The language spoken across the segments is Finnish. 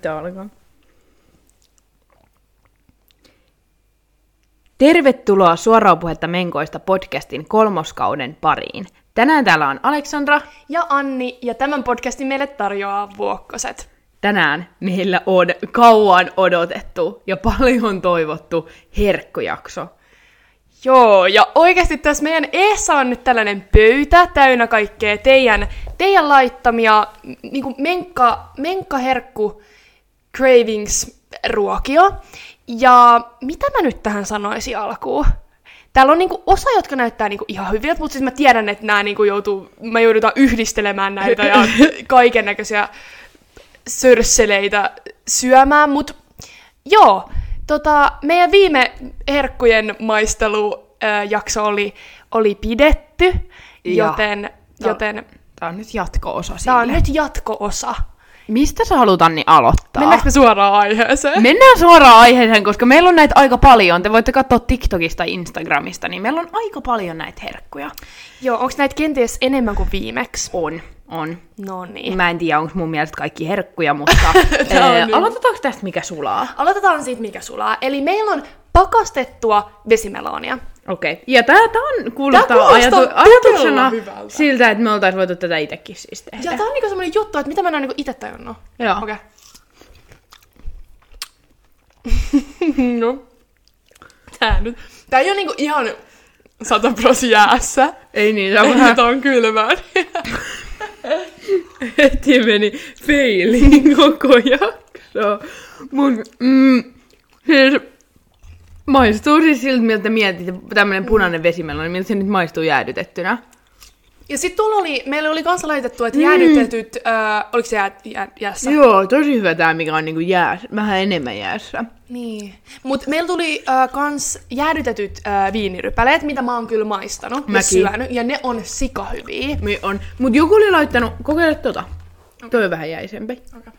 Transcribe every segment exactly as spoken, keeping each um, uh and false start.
Pitää alkaa. Tervetuloa Suoraa puhetta Menkoista podcastin kolmoskauden pariin. Tänään täällä on Aleksandra ja Anni, ja tämän podcastin meille tarjoaa Vuokkoset. Tänään meillä on kauan odotettu ja paljon toivottu herkkujakso. Joo, ja oikeasti tässä meidän eessä on nyt tällainen pöytä täynnä kaikkea teidän, teidän laittamia niin kuin menkka, menkkaherkku cravings ruokia. Ja mitä mä nyt tähän sanoisin alkuun? Täällä on niinku osa, jotka näyttää niinku ihan hyviltä, mutta siis mä tiedän, että nää niinku joutuu, mä joudutaan yhdistelemään näitä ja kaiken näköisiä sörsseleitä syömään, mutta joo, tota, meidän viime herkkujen maistelujakso oli, oli pidetty, joten... Ja, joten tää on nyt jatko-osa sille. Tää on nyt jatko-osa. Mistä sä haluat, Anni, aloittaa? Mennäänkö me suoraan aiheeseen? Mennään suoraan aiheeseen, koska meillä on näitä aika paljon. Te voitte katsoa TikTokista tai Instagramista, niin meillä on aika paljon näitä herkkuja. Joo, onko näitä kenties enemmän kuin viimeksi? On, on. No niin. Mä en tiedä, onko mun mielestä kaikki herkkuja, mutta ää, niin. aloitetaanko tästä mikä sulaa? Aloitetaan siitä mikä sulaa. Eli meillä on pakastettua vesimeloonia. Okei. Okay. Ja tää, tää on kuulostaa, tää kuulostaa ajatu- ajatuksena hyvältä. siltä, että me oltais voitu tätä itekin siis tehdä. Ja tää on niinku semmonen juttu, että mitä mä en oo niinku ite tajunnut. Joo. Okei. Okay. No. Tää nyt. Tää ei oo niinku ihan sata prosenttisesti jäässä. Ei niin, se on vähän... Tää on kylmää. Heti meni feiliin koko jakso. Mun, mm, siis... Maistuu siis siltä, miltä mietit, tämmönen punainen vesimeloni, miltä se nyt maistuu jäädytettynä. Ja sit tuolla oli, meillä oli kanssa laitettu, että jäädytetyt, mm. äh, oliko se jää, jää, jäässä? Joo, tosi hyvä tää, mikä on niinku jäässä, vähän enemmän jäässä. Niin. Mut meillä tuli äh, kans jäädytetyt äh, viinirypäleet, mitä mä oon kyllä maistanut ja syönyt, ja ne on sikahyviä. Me on. Mut joku oli laittanut, kokeile tota. Okay. Toi on vähän jäisempi. Okay.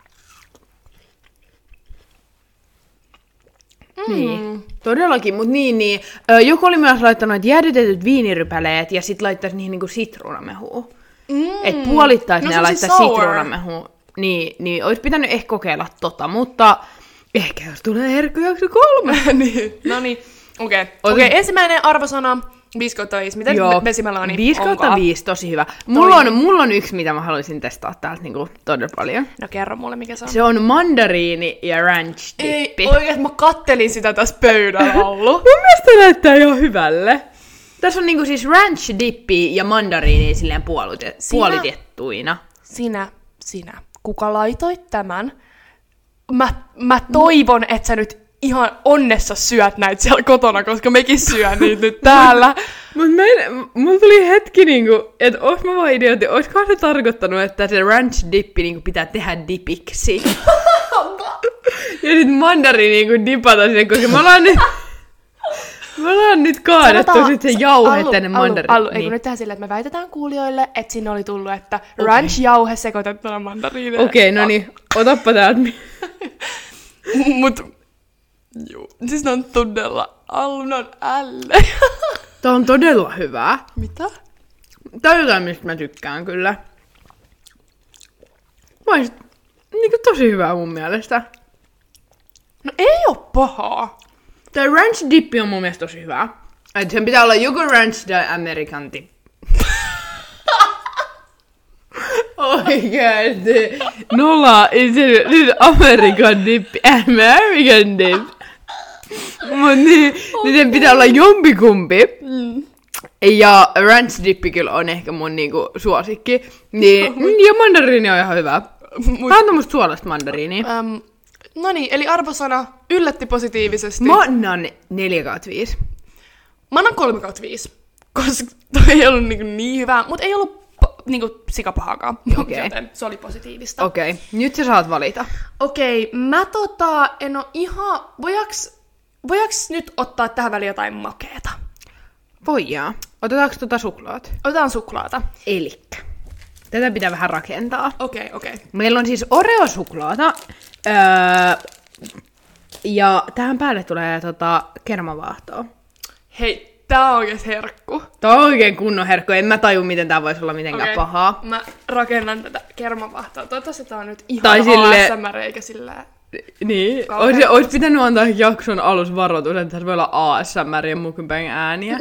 Mm. Niin, todellakin, mut niin, niin. Ö, joku oli myös laittanut jäädytetyt viinirypäleet ja sit laittaisi niihin niinku sitruunamehua. Mm. Et puolittais no, ne ja laittais sitruunamehua. Niin, niin ois pitänyt ehkä kokeilla tota, mutta ehkä jos tulee herkkujakso kolme. niin. No niin, okei. Okay. Okei, okay, ensimmäinen arvosana. viisi kautta viisi. Miten vesimeloni viisi kautta viisi, tosi hyvä. Mulla on, mulla on yksi, mitä mä haluaisin testaa täältä niinku todella paljon. No kerro mulle, mikä se on. Se on mandariini ja ranch-dippi. Ei, oikeesti mä kattelin sitä tässä pöydällä ollut. Mun mielestä näyttää ihan hyvälle. Tässä on niinku siis ranch-dippi ja mandariini silleen puolite- sinä, puolitettuina. Sinä, sinä, kuka laitoit tämän? Mä, mä toivon, no. että sä nyt ihan onnessa syöt näitä siellä kotona, koska mekin syön niitä nyt täällä. Mut mulla tuli hetki niinku, että ois mä vaan idiootti, oiskohan se tarkoittanut, että se ranch dippi niinku pitää tehdä dipiksi. Ja sit mandariini niinku dipata sinne, koska me ollaan nyt... Me ollaan nyt kaadettu Sanotaan, sit se jauhe allu, tänne mandariiniin. Allu, allu, eikö nyt tehdä silleen, että me väitetään kuulijoille, että sinne oli tullut, että okay. ranch-jauhe sekoitettuna mandariinille. Okei, okay, no niin, otappa täältä. Mut... Joo. Siis ne on todella allunan älle. Tää on todella hyvää. Mitä? Tää on jotain, mistä mä tykkään kyllä. Maist... Niinku tosi hyvää mun mielestä. No ei oo pahaa. Tää ranch dippi on mun mielestä tosi hyvää. Et sen pitää olla joko ranch tai American dip. Oikeesti. Nolla, se nyt American dip. American dip. Mut niin, niin sen pitää olla jompikumpi. Mm. Ja ranch dippi kyllä on ehkä mun niinku suosikki. Niin, ja mandariini on ihan hyvä. Mut... Tää on tommoista suolasta mandariinia. Um, no niin, eli arvosana yllätti positiivisesti. Mä annan neljä kautta viisi. Mä annan kolme kautta viisi. Koska toi ei ollut niinku niin hyvää, mut ei ollut pa- niinku sikapahaakaan. Okay. Joten se oli positiivista. Okei, okay. Nyt sä saat valita. Okei, okay, mä tota en oo ihan... Vojaks... Voijaks nyt ottaa tähän väliin jotain makeeta? Voidaan. Otetaanko tota suklaat? Otetaan suklaata. Elikkä. Tätä pitää vähän rakentaa. Okei, okay, okei. Okay. Meillä on siis Oreo-suklaata. Öö, ja tähän päälle tulee tota kermavaahtoa. Hei, tää on oikeesti herkku. Tää on oikein kunnon herkku. En mä taju, miten tää voisi olla mitenkään Okei. pahaa. Mä rakennan tätä kermavahtoa. Toivottavasti tää on nyt ihan Tai A sille- S M R eikä sillä... Niin, Kauhean. ois, ois pitänyt antaa jakson alus varoitus, että tässä voi olla A S M R ja mukbang ääniä.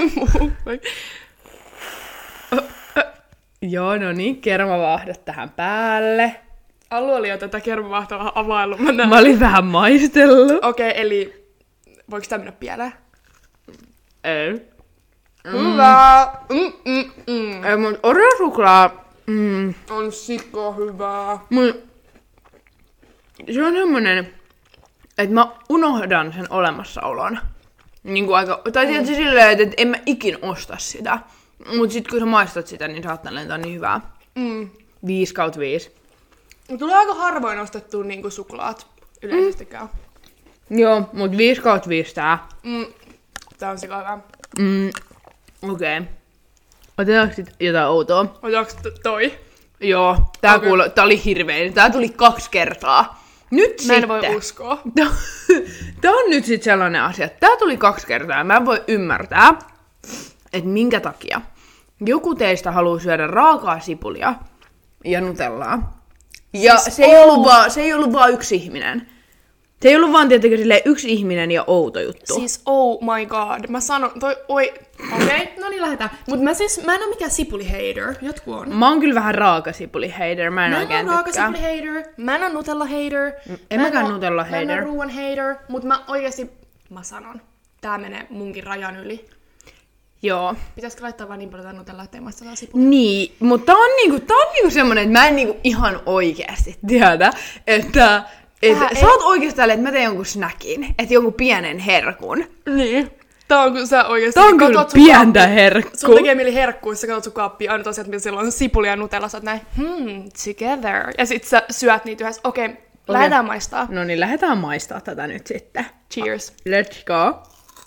Joo, no niin, kermavaahdat tähän päälle. Allu oli jo tätä kermavahtoa vähän availlut. Mä näen. Mä olin vähän maistellut. Okei, okay, eli voiko tää mennä pieleen? Ei. Hyvä! Mm, mm, mm. Ei, mut Oreo-suklaa, mm, On sikko hyvää. mun, se on semmonen, että mä unohdan sen olemassaolon. Niin kuin aika, tai tietysti silleen, että et en mä ikin osta sitä. Mut sit kun sä maistat sitä, niin saattaa lentää niin hyvää. Mm. viisi kautta viisi. Tulee aika harvoin ostettua niinku suklaat yleisestikään. Joo, mut viisi kautta viisi tää. Mm. Tää on sika hyvä. Mm, okei. Okay. Otetaanko sit jotain outoa? Otaks t- toi? Joo, tää, Okei. okay. tää oli hirvein. Tää tuli kaksi kertaa. Nyt Mä sitten. en voi uskoa. Tää on nyt sit sellainen asia, että tää tuli kaksi kertaa ja mä en voi ymmärtää, että minkä takia joku teistä haluaa syödä raakaa sipulia ja nutellaa. Ja Siis se, ei ollut vaan, se ei ollut vaan yksi ihminen. Se ei ollut vaan tietenkin silleen yksi ihminen ja outo juttu. Siis oh my god. Mä sanon, toi, oi, okei, okay. No niin lähdetään. Mut mä siis, mä en oo mikään sipuli-hater. Jotkut on. Mä oon kyllä vähän raakasipuli-hater, mä en Mä en oikein oo tykkää. raakasipuli-hater. Mä en oo Nutella-hater. en Mä mäkään oo- Nutella-hater. Mä en oo ruoan-hater. Mut mä oikeesti, mä sanon, tää menee munkin rajan yli. Joo. Pitäisikö laittaa vaan niin paljon tää Nutella, ettei maisteta sipulia? Niin, mutta tää on niinku, tää on niinku semmonen, että mä en niinku ihan oikeesti tiedä, että et, Tähän sä ei- oot oikeesti tälleen, että mä teen jonkun snackin, että jonkun pienen herkun. Niin. Tää on kun sä oikeesti Tää on kyllä katot sun pientä kaappia- herkkuu. Sun tekee mieli herkkuu, sä katsot sun kaappia, ainut asiat, mitä siellä on sipulia ja Nutella, sä oot näin, hmm, together. Ja sit sä syöt niitä yhdessä, okei, okay, lähdetään maistaa. No niin, lähdetään maistaa tätä nyt sitten. Cheers. Let's go.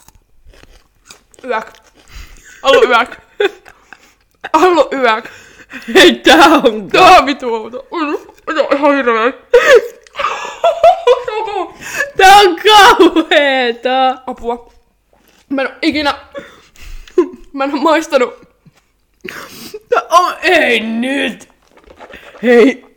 Yök. Allu yök. Allu yök. Hei, tää on Tää on vitu outo. Tää on ihan hirveä. Tää on kauheeta. Apua. Mä en oo ikinä... Mä en oo maistanut. Tää on, ei nyt. Hei.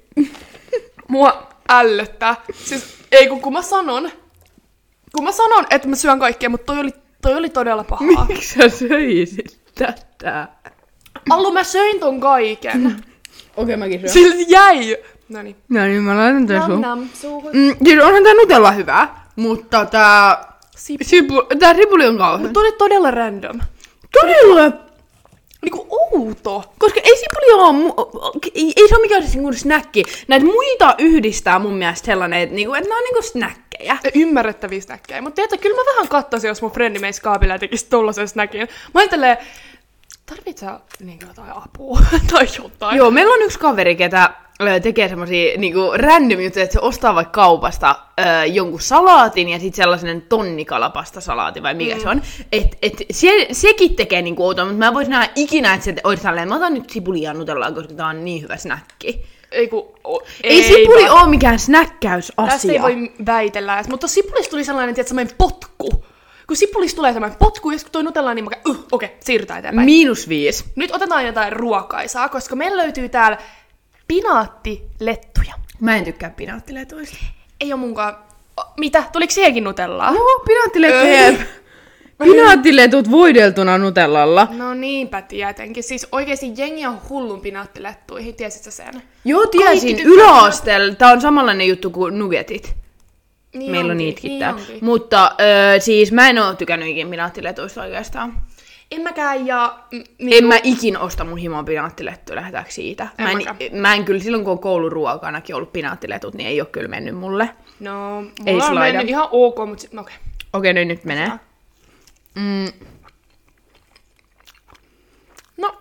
Mua ällöttää. Siis ei kun, kun mä sanon... Kun mä sanon, että mä syön kaikkea, mutta toi oli, toi oli todella pahaa. Miksi sä söisit tätä? Allu, mä söin ton kaiken. Okei, okay, mäkin syön. Silti jäi. Noniin. No niin, mä laitan tän Nam suun. nam suuhun. Mm, siis onhan tää Nutella hyvä, mutta tää... Sipu. Sipu, tää sipuli on kauhean. Toi oli todella random. Todella! Niinku outo. Koska ei sipuli oo... Mu- ei, ei se oo mikään siis niinku snäkki. Näitä muita yhdistää mun mielestä sellainen, että niinku, et nää on niinku snäkkejä. Ymmärrettäviä snäkkejä. Mutta tiedätkö, kyllä mä vähän kattoisin, jos mun frendi meis kaapilla ja tekisi tollasen snäkin. Mä ajattelee, tarvit sä niinku jotain apua tai jotain? Joo, meillä on yksi kaveri, ketä ö, tekee semmosia niinku random juttuja, että se ostaa vaikka kaupasta ö, jonkun salaatin ja sit sellaisen tonnikalapasta salaatin vai mikä mm. se on. Et, et se, sekin tekee niinku outoa, mutta mä en vois nähdä ikinä, että se olisi tälleen, mä otan nyt sipulia ja Nutellaa, koska tää on niin hyvä snäkki. Ei, ku, o, Ei, ei sipuli vaan. oo mikään snäkkäysasia. Tästä ei voi väitellä edes. Mutta sipulista tuli sellainen, tiedätkö, semmoinen potku. Kun sipulista tulee semmoinen potku, ja kun toi Nutella, niin mä käyn, uh, okei, okay, siirrytään eteenpäin. Miinus viisi. Nyt otetaan jotain ruokaisaa, koska meillä löytyy täällä pinaattilettuja. Mä en tykkää pinaattiletuista. Ei oo munkaan... O, mitä? Tuliko siihenkin Nutellaa? Joo, pinaattiletut. Öö. Pinaattiletut voideltuna Nutellalla. No niinpä tietenkin. Siis oikeesti jengi on hullun pinaattilettuihin, tiesit sä sen? Joo, tiesin. tykkää Yläasteella. Tää on samanlainen juttu kuin nuggetit. Niin Meillä on onkin, niitäkin niin täällä. onkin. Mutta ö, siis mä en oo tykännyt ikin pinaattiletuista oikeastaan. En mäkään ja... Mm, niin En mä ikin osta mun himoa pinaattilettuja, lähdetäänkö siitä? En mä, en, mäkään. mä en kyllä, silloin kun on kouluruokanakin ollut pinaattiletut, niin ei oo kyllä mennyt mulle. No, Ei mulla on slaida. mennyt ihan ok, mutta sit, no okei. Okei, nyt, nyt menee. Saa. Mm. No.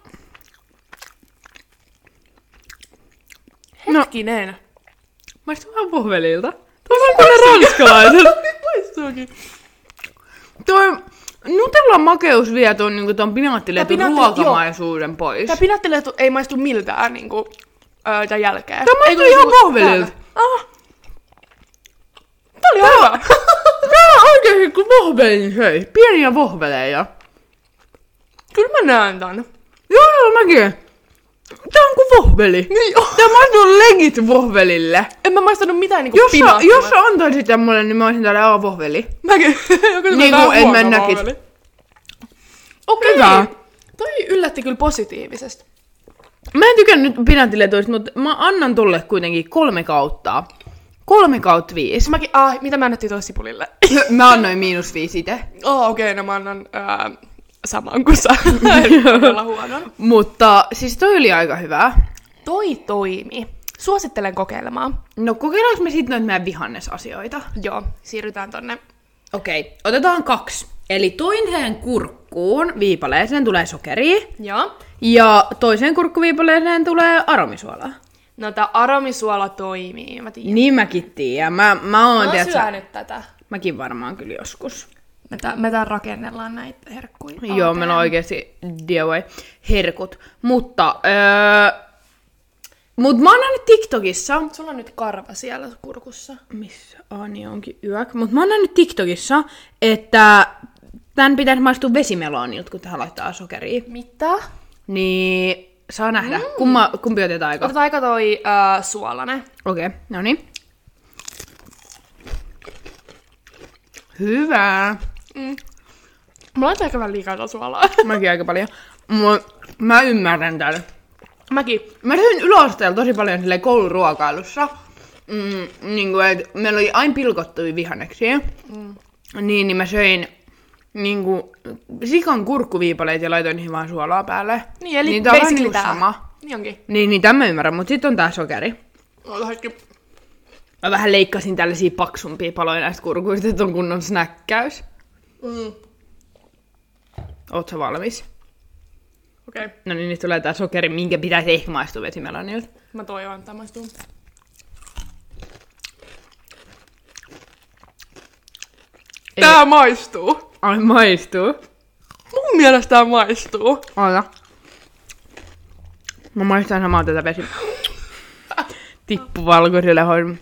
No. Hetkinen. Maistuu vähän pohvelilta. Toi on kuin ne ranskalaiset. Maistuukin. Toi Nutellan makeus vie ton, niin ton pinaattiletun Tää pinaatti- ruokamaisuuden pois. Tää pinaattilettu ei maistu miltään niinku öö, tän jälkeen. Tää maistuu Ei, kun ihan niinku pohvelilta. täällä. Ah. Tää oli hyvä. Tää on oikeesti kuin vohvelin söi. Pieniä vohveleja. Kyllä mä näen tän. Joo, joo, mäkin. Tää on kuin vohveli. Niin joo. Tää maistuu legit vohvelille. En mä maistanut mitään niinku Jos sä, pinattua. jos sä antaisit tän mulle, niin mä olisin täällä aa vohveli. Mäkin. Joku Niin kuin en mä näkis. Okei. Hyvä. Toi yllätti kyllä positiivisesti. Mä en tykännyt pinattiletuista, mutta mä annan tolle kuitenkin kolme kautta. Kolme kautta viisi. Mäkin, ah, mitä mä annettiin toi sipulille? Mä annoin miinus viisi ite. Oh, okei, okay, no mä annan ää, saman kuin sä. Todella huonon. Mutta siis toi oli aika hyvää. Toi toimi. Suosittelen kokeilemaan. No kokeillaanko me sitten noita meidän vihannesasioita? Joo, siirrytään tonne. Okei, okay, otetaan kaksi. Eli toiseen kurkkuun viipaleeseen tulee sokeria. Joo. Ja toiseen kurkkuviipaleeseen tulee aromisuolaa. No tää aromisuola toimii, mä tiedän. Niin mäkin tiedän. Mä, mä oon, Mä oon tiedätkö, syönyt tätä. mäkin varmaan kyllä joskus. Me, tää, me tää rakennellaan näitä herkkuja. Joo, meillä on oikeesti D I Y-herkut. Mutta, öö, mut mä oon nähnyt TikTokissa. Sulla on nyt karva siellä kurkussa. Missä? Ah, niin onkin yök. Mut mä oon nähnyt TikTokissa, että tän pitäisi maistua vesimelonilta, kun tähän laittaa sokeria. Mitä? Niin, saa nähdä. Mm. Kumma, kumpi otetaan aika? Otetaan aika toi äh, suolainen. Okei, okay, no niin. Hyvä. Mm. Mä laitan ehkä vähän liikaa tätä suolaa. Mäkin aika paljon. Mut mä ymmärrän tän. Mäkin. Mä söin yläasteella tosi paljon silleen kouluruokailussa. Mm, niin kuin, et meillä oli aina pilkottuja vihanneksia. Mm. Niin, niin mä söin niin kuin, sikan kurkkuviipaleita ja laitoin niihin vaan suolaa päälle. Niin, eli niin tää on vähän basically niin tää. sama. Niin onkin. Niin, niin tämän mä ymmärrän, mut sit on tää sokeri. Ota hetki. Mä vähän leikkasin tällaisia paksumpia paloja näistä kurkuista, että on kunnon snäkkäys. Mm. Oot sä valmis? Okei. Okay. No niin, nyt tulee tää sokeri, minkä pitäisi ehkä maistua vesimelonilta. Mä toivon, että tämä maistuu. Tää maistuu. Ai, maistuu. Mun mielestä tää maistuu. Ota. Mä maistan samaa tätä vesi. Tippu valkoiselle hoidon.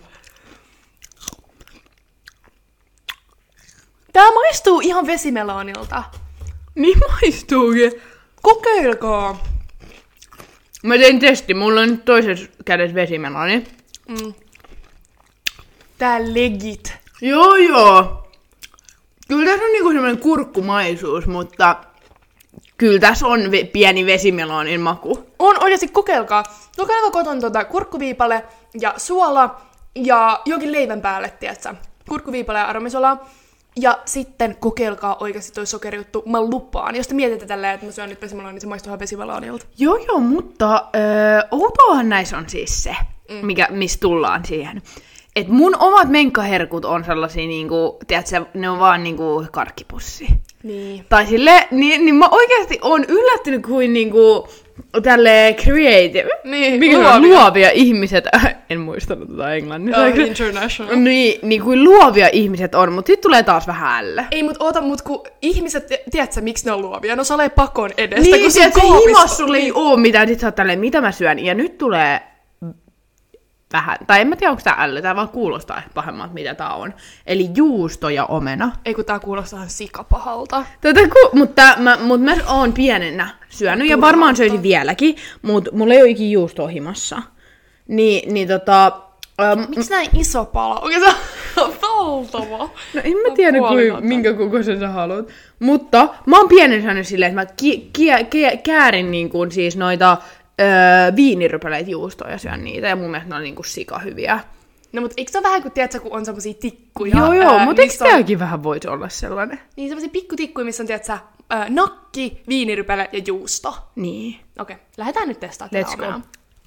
Tää maistuu ihan vesimelonilta. Niin maistuukin. Kokeilkaa. Mä tein testi, mulla on nyt toisessa kädessä vesimeloni. Mm. Tää legit. Joo joo. Kyllä tässä on niinku semmonen kurkkumaisuus, mutta kyllä tässä on ve- pieni vesimelonin maku. On oikeesti, kokeilkaa. Kokeilkaa koton tota kurkkuviipale ja suola ja jonkin leivän päälle, tietsä. Kurkkuviipale ja aromisuola. Ja sitten kokeilkaa oikeasti toi sokerijuttu. Mä lupaan. Jos te mietitte tälleen, että mä syön nyt vesimelonia, niin se maistuu ihan vesimelonilta. Joo joo, mutta öö, outoahan näissä on siis se, mm. mikä, mistä tullaan siihen. Et mun omat menkkaherkut on sellaisia niinku, tiedätkö, ne on vaan niinku karkkipussi. Niin. Tai sille, niin, niin mä oikeasti oon yllättynyt kuin niinku tälle creative. Niin, mikä luovia. on luovia ihmiset. En muistanut tätä englannista. Oh, international. Niin, niin kuin luovia ihmiset on, mutta sit tulee taas vähän älle. Ei, mut oota, mut kun ihmiset, tiedätkö miksi ne on luovia? No salee pakon edestä, Niin, kun tiedätkö, sun kaapissa- himas sulle ei oo mitään, sit sä oot tälleen, mitä mä syön, ja nyt tulee vähän, tai en mä tiedä, onko tää ällö, tää vaan kuulostaa ehkä pahemmalta, mitä tää on. Eli juusto ja omena. Ei, kun tää kuulostaa ihan sikapahalta. Tota, ku, mutta mä, mut mä oon pienenä syönyt, ja varmaan söisin vieläkin, mut mulla ei oo ikin juustoa himassa. Niin, niin tota... Um, Miksi näin iso pala? Oikein se on valtava. No en mä tiedä, kui, minkä kokoisen sä haluat. Mutta mä oon pienen syönyt silleen, että mä ki- ki- ki- käärin niin kuin, siis noita öö, viinirypäleitä juustoa ja syön niitä. Ja mun mielestä ne on niin kuin sikahyviä. No mut eikö se ole vähän kuin, tiedätkö, kun on semmosia tikkuja? Joo joo, ää, mutta eikö missä on- tääkin vähän voisi olla sellainen? Niin semmosia pikkutikkuja, missä on, tiedätkö, ää, nakki, viinirypäle ja juusto. Niin. Okei, okay. Lähdetään nyt testaamaan Let's tätä go. omenaa.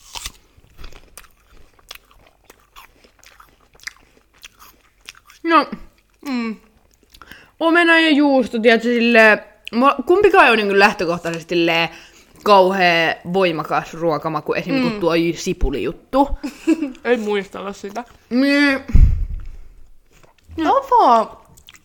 No, Mm. omena ja juusto, tiedätkö, silleen... mulla- Kumpikaan ei ole niin lähtökohtaisesti silleen kauhea voimakas ruokamaku, esimerkiksi mm. tuo sipulijuttu. Ei muistella sitä. Niin. Avaa!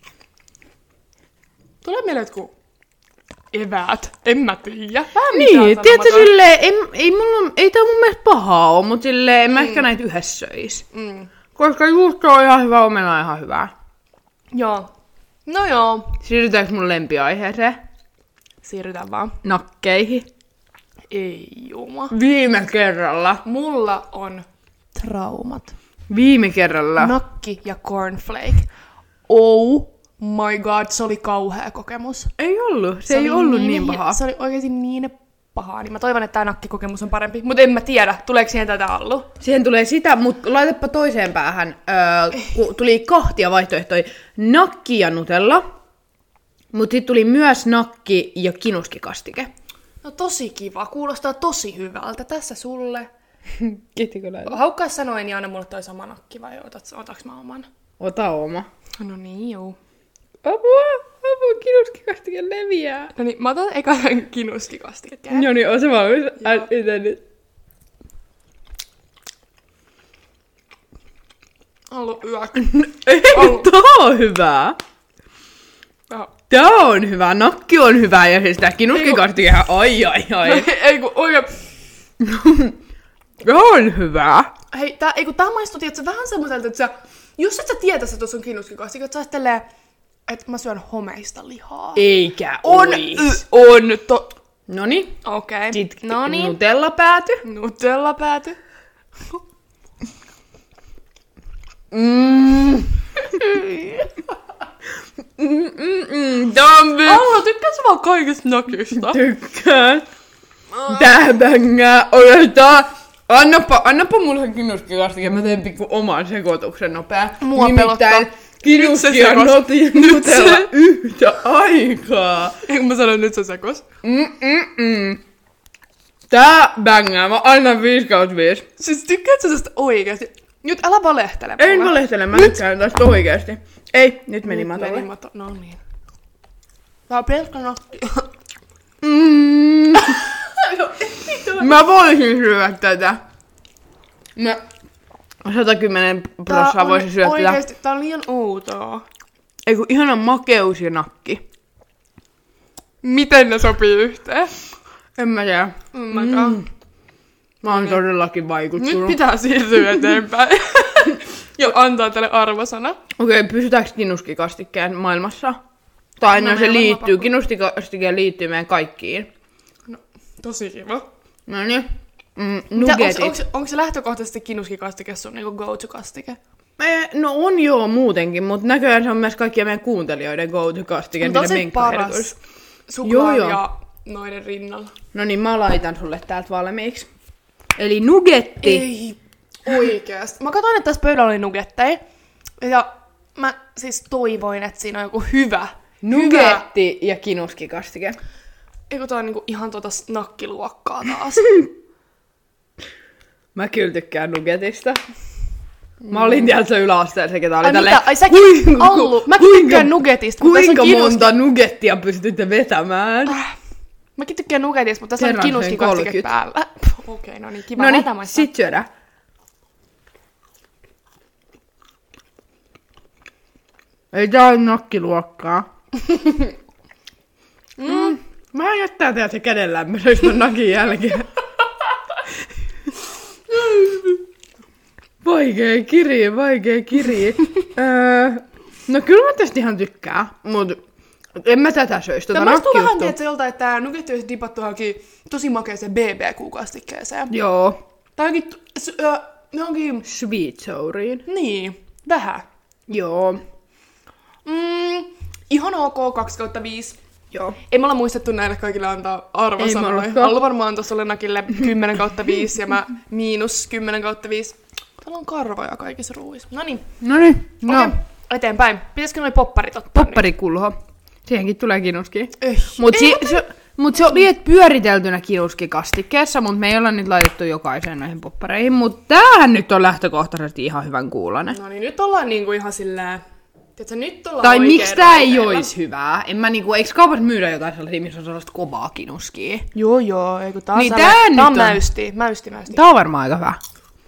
Tulee mieleen jotkut eväät. En mä tiedä. Vähän Niin, mitään tiedätkö, sanomaton. silleen, ei, ei, mulla, ei tää mun mielestä pahaa oo, mut silleen en mä ehkä näitä yhdessä söis. Mm. Koska juusto on ihan hyvä, omena on ihan hyvää. Joo. No joo. Siirrytäänkö mun lempiaiheeseen? siirrytään vaan. Nakkeihin. Ei juma. Viime kerralla. Mulla on traumat. Viime kerralla. Nakki ja cornflake. Oh my god, se oli kauhea kokemus. Ei ollut. Se, Se ei oli ollut niin paha. Se oli oikeesti niin pahaa. Niin mä toivon, että tää nakkikokemus on parempi. Mutta en mä tiedä, tuleeko siihen tätä allu. Siihen tulee sitä, mutta laitapa toiseen päähän. Öö, kun tuli kahtia vaihtoehtoja. Nakki ja Nutella. Mutta sitten tuli myös nakki ja kinuskikastike. No tosi kiva, kuulostaa tosi hyvältä. Tässä sulle. Kiittikö lailla? Haukkaa sanoin, niin anna mulle toi sama nakki vai otat, otaks mä oman? Ota oma. No niin, juu. Apua! Apua, kinuskikastike leviää. No niin, mä otan eka kinuskikastikkeen. No niin, oon sä valmis? Itä nyt. Allu yök. Ei, tää on hyvää. Ja. Tää on hyvä, nakki on hyvä ja siis tää kinuskikastikehän, ai ai ai. Ei, ei kun oikein. Tää on hyvä. Hei, tää, ei kun tää maistuu, tiiätkö, vähän semmoiselta, että sä, jos et sä tietäis, että tuossa on kinuskikastike, että sä oot tälleen, että mä syön homeista lihaa. Eikä On, ois. y, on, to... Noniin. Okei. Sitten Noniin. Nutella pääty. Nutella pääty. Mm. mm, mm, mm. Tää on vi- Allu, tykkäätkö vaan kaikista nakista? Tykkään. Tää bängää oikeastaan. Annapa, annapa mulle se kinuskikastike, mä teen pikku oman sekoituksen nopea. Mua Nimittäin pelottaa. kinuski Nyt se ja sekos. noti- Nutella yhtä aikaa. Eikö mä sanoin nyt se sekos? Mm-mm-mm. Tää bängää, mä annan viisi kautta viisi. Siis tykkäätkö tästä oikeesti? Nyt älä valehtele. En mulle. valehtele, mä Nyt. tykkään tästä oikeesti. Ei, nyt meni Nyt matolle. meni mato. No niin. Tää on pelkkä nakki. Mm. Mä voisin syödä tätä. Mä sata kymmenen prosenttia voisin syödä tätä. oikeesti, tää on liian outoa. Eiku ihana makeus ja nakki. Miten ne sopii yhteen? En mä tiedä. Ymmärrän. Mm. Mä oon todellakin vaikuttunut. Nyt pitää siirtyä eteenpäin. Ja antaa tälle arvosana. Okei, okay, pysytäänkö kinuskikastikkeen maailmassa? Tai no, No, no se meillä on liittyy, pakko. kinuskikastike liittyy meidän kaikkiin. No, tosi kiva. No niin. Mm, Mitä, nugetit. onks, onks, onks se lähtökohtaisesti kinuskikastike sun niinku go-to-kastike? Eh, no on joo muutenkin, mutta näköjään se on myös kaikkien meidän kuuntelijoiden go-to-kastike. Mutta on niiden se menkkaherkuissa. paras suklaa Joo, joo. ja noiden rinnalla. No niin, mä laitan sulle täältä valmiiksi. Eli nugetti. Ei oikeesti. Mä katsoin, että tässä pöydällä oli nugetteja. Ja mä siis toivoin, että siinä on joku hyvä. Hyvä. Nugetti ja kinuskikastike. Eikö tää on niinku ihan tota nakkiluokkaa taas? Mä kyllä tykkään nugetista. Mä olin tiedätkö yläasteella se, ketä oli Ai tälleen, mitä? Ai säkin, kuinka- Allu, mäkin kuinka- tykkään nugetista, mutta tässä Kuinka on kinuski... monta nugettia pystytte vetämään? Mäkin tykkään nugetista, mutta tässä on Kerran söin kinuskikastike kolmekymmentä. päällä. Okei, okay, no niin, kiva. No Lähdetään niin, maistaa. sit syödään. Ei tää ole nakkiluokkaa. mm. Mä jättää tehdä se käden lämmössä ton nakin jälkeen. Vaikee kiri, vaikee kiri. öö, no kyllä mä tästä ihan tykkään, mut en mä tätä söisi. Tota Tämä maistuu vähän, nakkijuttua. tiedätkö, joltain, että tää nugetti olisi dipattu johonkin tosi makeeseen B B Q-kastikkeeseen. Joo. Tai johonkin, t- s- ö, johonkin, Sweet souriin. niin, vähän. Joo. Mm, ihan ok, kaksi kautta viisi. Joo. Ei me olla muistettu näille kaikille antaa Ei me arvosanoja. ollakaan. Allu varmaan tuossa Lenakille kymmenen kautta viisi ja mä miinus kymmenen kautta viisi. Täällä on karvoja kaikissa ruuissa. No niin, Noniin, no. okei, eteenpäin. Pitäisikö noi popparit ottaa nyt? Popparikulho. Siihenkin tulee kinuski. Ei. Mut, Ei, si- mutta- se, mut se oli et pyöriteltynä kinuskikastikkeessa, mut me ei olla nyt laitettu jokaiseen näihin poppareihin. Mut tämähän nyt on lähtökohtaisesti ihan hyvän kuulonen. No niin, nyt ollaan niinku ihan silleen... Tiedätkö, nyt ollaan Tai oikein miksi tää ei raiteilla. ois hyvää? En mä niinku, eiks kaupassa myydä jotain sellaisia, missä on sellaista kovaa kinuskia? Joo, joo, ei kun tää on Niin, sellainen- tää nyt tää on on- mäysti, mäysti, mäysti. Tää on varmaan aika hyvä.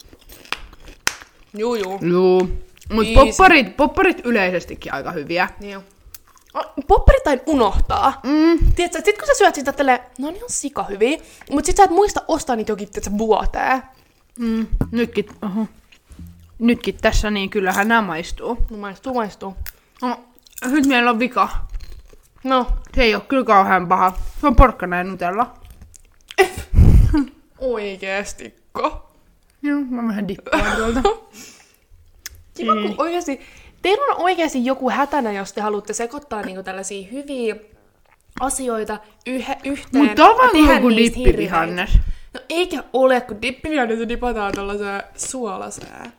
Juu, juu. Juu. Mut Easy. popparit, popparit yleisestikin aika hyviä. Niin joo. Oh, popparit tain unohtaa. Mm. Tiedätkö, sit kun sä syöt sitä tälleen, no niin on sika hyviä, mut sit sä et muista ostaa niitä jokin, tiedätkö, vuoteen. Mm. Nytkin, oho. Nytkin tässä, niin kyllähän nämä maistuu. No maistuu, maistuu. No, nyt meillä on vika. No. Se ei oo kyllä kauhean paha. Se on porkkana ja nutella. Oikeestikko. Joo, mä vähän dippaan tuolta. Kiva, kun oikeesti, teillä on oikeesti joku hätänä, jos te haluatte sekoittaa niinku tällaisia hyviä asioita yhe, yhteen. Mutta on ja vaan tehdä joku niistä dippivihannes. hirveitä. No eikä ole, kun dippivihannes dipataan tällaiseen suolaseen.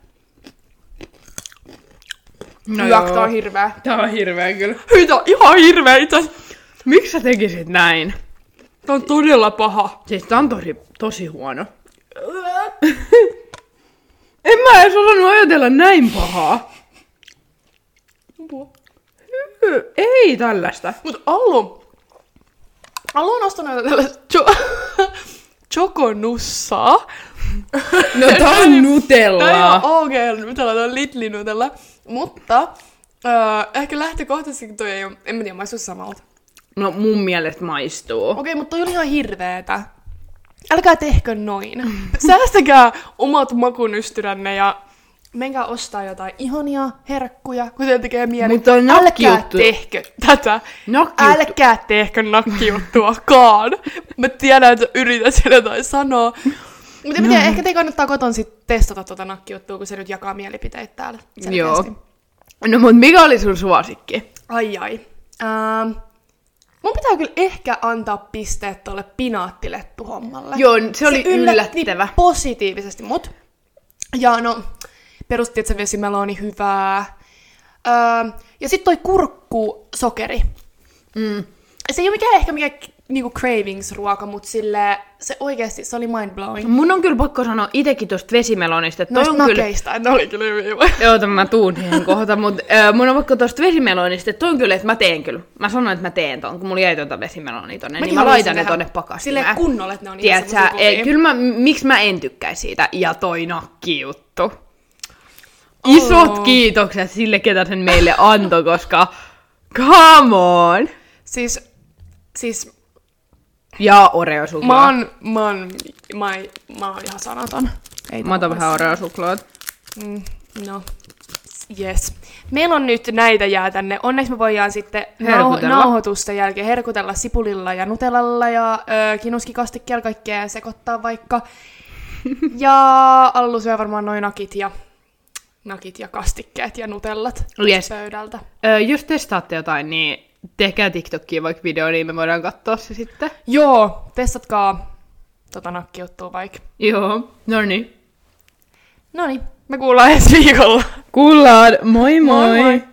No Hyök, joo. tää on hirveä. Tää on hirveä kyllä. Hyi, tää on ihan hirveä itse asiassa. Miksi sä tekisit näin? Tää on todella paha. Siis tää on tosi, tosi huono. En mä edes osannut ajatella näin pahaa. Hyy, ei tällaista. Mut Allu... Allu on ostanut tällaista cho- chokonussaa. No tää on nutellaa. Tää on O G-nutella, tää on Lidl-nutella. Mutta öö, ehkä lähtökohtaisesti toi ei oo, en mä tiedä, maistu samalta. No mun mielestä maistuu. Okei, mutta toi oli ihan hirveetä. Älkää tehkö noin. Säästäkää omat makunystyränne ja menkää ostaa jotain ihania herkkuja, kun se tekee mieli. Mutta on älkää nakkijuttu. tehkö tätä. Nakkijuttu. Älkää tehkö nakkijuttuakaan. Mä tiedän, että yrität siellä jotain sanoa. Mutta en tiedä, ehkä te kannattaa koton sit testata tota nakkijuttua, kun se nyt jakaa mielipiteitä täällä selkeästi. Joo. No mut mikä oli sun suosikki? Ai ai. Ähm, mun pitää kyllä ehkä antaa pisteet tolle pinaattilettuhommalle. Joo, se oli yllätti yllättävä. positiivisesti mut. Ja no, perusti, että se vesimeloni hyvää. Öö, ja sit toi kurkkusokeri. Mm. Se ei ole mikään ehkä mikään niinku cravings-ruoka, mut sille se oikeesti, se oli mind-blowing. Mun on kyllä pakko sanoa itekin tosta vesimelonista, että toi Noista on kyllä... nakeista, ne oli kyllä hyviä. Joo, mä tuun siihen kohta, mutta äh, mun on pakko tosta vesimelonista, että toi on kyllä, että mä teen kyllä. Mä sanoin, että mä teen ton, kun mulla jäi tuota vesimelonia tonne, niin mä laitan ne tonne pakastimeen. Silleen kunnolla, että ne on Tiedät ihan sä, ei, kyllä mä, miksi mä en tykkäisi siitä, ja toi nakkijuttu. Isot Oh. kiitokset sille, ketä sen meille antoi, koska come on! Siis, siis Ja Oreo-suklaa. mä oon, mä oon, mä, oon- mä oon ihan sanaton. Ei Mä otan tää vähän Oreo-suklaat. Mm, no, yes. Meillä on nyt näitä jää tänne. Onneksi me voidaan sitten nau- Herkutella. nauhoitusten jälkeen herkutella sipulilla ja nutellalla ja ö, kinuskikastikkeella kaikkea sekoittaa vaikka. Ja Allu syö varmaan noin nakit ja, nakit ja kastikkeet ja nutellat Yes. pöydältä. Ö, jos testaatte jotain, niin tehkää TikTokiin vaikka video, niin me voidaan katsoa se sitten. Joo, testatkaa tota nakkijuttua vaikka. Joo, no niin. Noniin, me kuullaan ensi viikolla. Kuullaan, moi moi! Moi moi!